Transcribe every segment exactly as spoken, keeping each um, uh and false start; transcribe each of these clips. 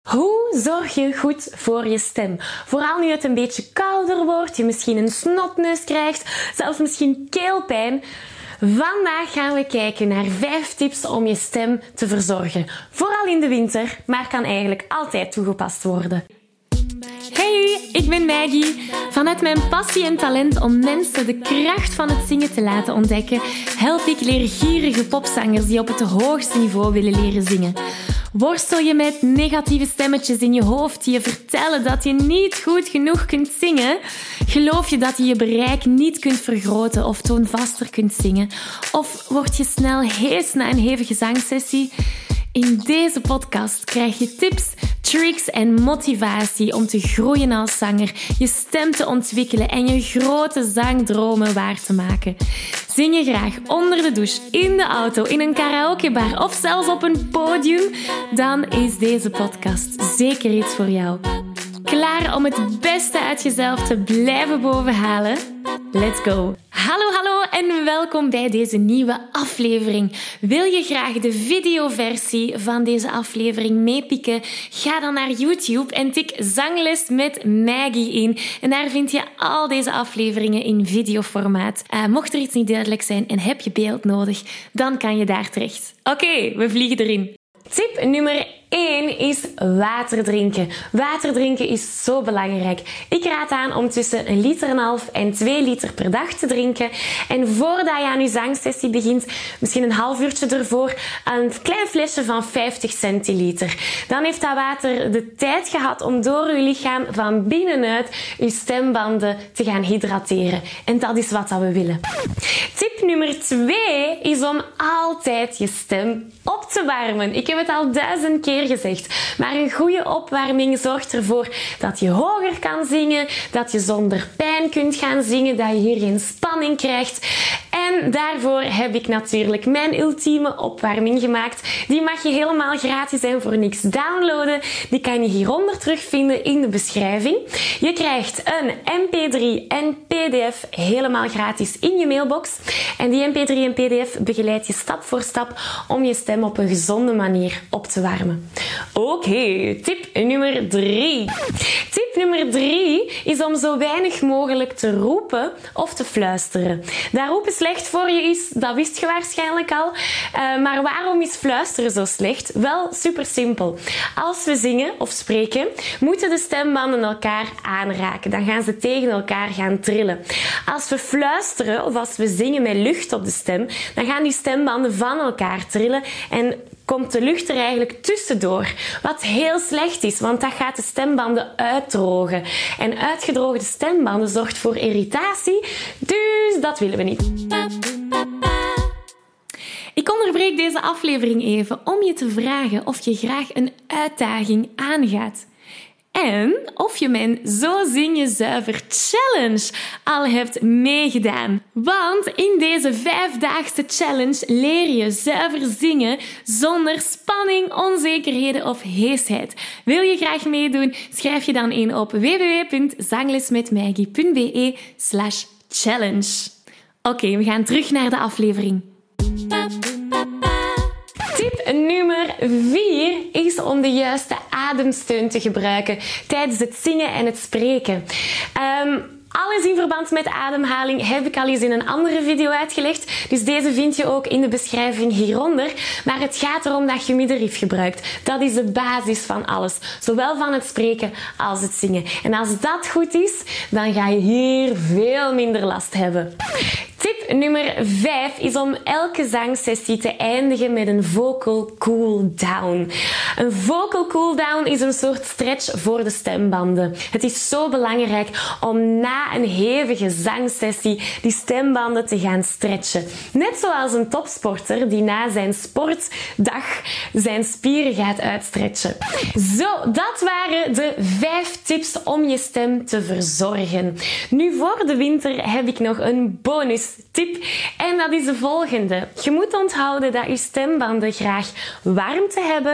Hoe zorg je goed voor je stem? Vooral nu het een beetje kouder wordt, je misschien een snotneus krijgt, zelfs misschien keelpijn. Vandaag gaan we kijken naar vijf tips om je stem te verzorgen. Vooral in de winter, maar kan eigenlijk altijd toegepast worden. Hey, ik ben Maggie. Vanuit mijn passie en talent om mensen de kracht van het zingen te laten ontdekken, help ik leergierige popzangers die op het hoogste niveau willen leren zingen. Worstel je met negatieve stemmetjes in je hoofd die je vertellen dat je niet goed genoeg kunt zingen? Geloof je dat je je bereik niet kunt vergroten of toonvaster kunt zingen? Of word je snel hees na een hevige zangsessie? In deze podcast krijg je tips, tricks en motivatie om te groeien als zanger, je stem te ontwikkelen en je grote zangdromen waar te maken. Zing je graag onder de douche, in de auto, in een karaokebar of zelfs op een podium? Dan is deze podcast zeker iets voor jou. Klaar om het beste uit jezelf te blijven bovenhalen? Let's go! Hallo, hallo en welkom bij deze nieuwe aflevering. Wil je graag de videoversie van deze aflevering meepikken? Ga dan naar YouTube en tik Zangles met Maggie in. En daar vind je al deze afleveringen in videoformaat. Uh, mocht er iets niet duidelijk zijn en heb je beeld nodig, dan kan je daar terecht. Oké, okay, we vliegen erin. Tip nummer één is water drinken. Water drinken is zo belangrijk. Ik raad aan om tussen een liter en een half en twee liter per dag te drinken. En voordat je aan je zangsessie begint, misschien een half uurtje ervoor, een klein flesje van vijftig centiliter. Dan heeft dat water de tijd gehad om door je lichaam van binnenuit je stembanden te gaan hydrateren. En dat is wat we willen. Tip nummer twee is om altijd je stem op te warmen. Ik heb het al duizend keer gezegd. Maar een goede opwarming zorgt ervoor dat je hoger kan zingen, dat je zonder pijn kunt gaan zingen, dat je hier geen spanning krijgt. En daarvoor heb ik natuurlijk mijn ultieme opwarming gemaakt. Die mag je helemaal gratis en voor niks downloaden. Die kan je hieronder terugvinden in de beschrijving. Je krijgt een M P drie en P D F helemaal gratis in je mailbox. En die M P drie en P D F begeleidt je stap voor stap om je stem op een gezonde manier op te warmen. Oké, okay, tip nummer drie. Tip nummer drie is om zo weinig mogelijk te roepen of te fluisteren. Dat roepen slecht voor je is, dat wist je waarschijnlijk al. Uh, maar waarom is fluisteren zo slecht? Wel, super simpel. Als we zingen of spreken, moeten de stembanden elkaar aanraken. Dan gaan ze tegen elkaar gaan trillen. Als we fluisteren of als we zingen met lucht op de stem, dan gaan die stembanden van elkaar trillen en komt de lucht er eigenlijk tussendoor. Wat heel slecht is, want dat gaat de stembanden uitdrogen. En uitgedroogde stembanden zorgt voor irritatie, dus dat willen we niet. Ik onderbreek deze aflevering even om je te vragen of je graag een uitdaging aangaat. En of je mijn Zo Zing Je Zuiver Challenge al hebt meegedaan. Want in deze vijfdaagse challenge leer je zuiver zingen zonder spanning, onzekerheden of heesheid. Wil je graag meedoen? Schrijf je dan in op w w w punt zanglesmetmaggie punt b e slash challenge. Oké, okay, we gaan terug naar de aflevering. Tip nummer vier is om de juiste ademsteun te gebruiken tijdens het zingen en het spreken. Um, Alles in verband met ademhaling heb ik al eens in een andere video uitgelegd. Dus deze vind je ook in de beschrijving hieronder. Maar het gaat erom dat je middenrif gebruikt. Dat is de basis van alles. Zowel van het spreken als het zingen. En als dat goed is, dan ga je hier veel minder last hebben. Tip nummer vijf is om elke zangsessie te eindigen met een vocal cool down. Een vocal cool down is een soort stretch voor de stembanden. Het is zo belangrijk om na een hevige zangsessie die stembanden te gaan stretchen. Net zoals een topsporter die na zijn sportdag zijn spieren gaat uitstretchen. Zo, dat waren de vijf tips om je stem te verzorgen. Nu voor de winter heb ik nog een bonus tip en dat is de volgende. Je moet onthouden dat je stembanden graag warmte hebben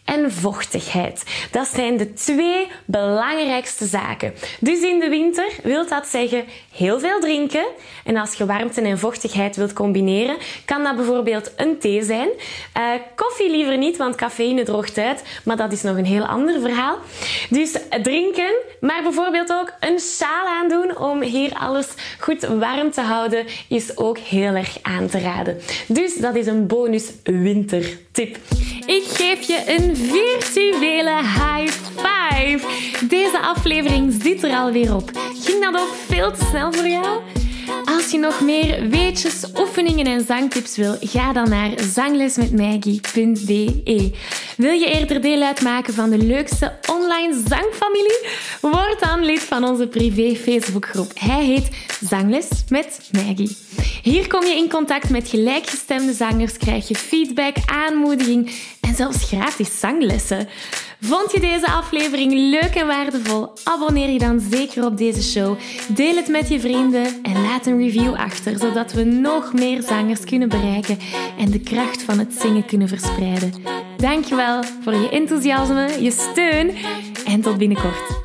en vochtigheid. Dat zijn de twee belangrijkste zaken. Dus in de winter wil dat zeggen heel veel drinken. En als je warmte en vochtigheid wilt combineren, kan dat bijvoorbeeld een thee zijn. Uh, koffie liever niet, want cafeïne droogt uit. Maar dat is nog een heel ander verhaal. Dus drinken, maar bijvoorbeeld ook een sjaal aandoen om hier alles goed warm te houden, is ook heel erg aan te raden. Dus dat is een bonus wintertip. Ik geef je een virtuele high five. Deze aflevering zit er alweer op. Ging dat ook veel te snel voor jou? Als je nog meer weetjes, oefeningen en zangtips wil, ga dan naar zanglesmetmaggie punt b e. Wil je eerder deel uitmaken van de leukste online zangfamilie? Word dan lid van onze privé Facebookgroep. Hij heet Zangles met Maggie. Hier kom je in contact met gelijkgestemde zangers, krijg je feedback, aanmoediging en zelfs gratis zanglessen. Vond je deze aflevering leuk en waardevol? Abonneer je dan zeker op deze show. Deel het met je vrienden en laat een review achter, zodat we nog meer zangers kunnen bereiken en de kracht van het zingen kunnen verspreiden. Dankjewel voor je enthousiasme, je steun en tot binnenkort.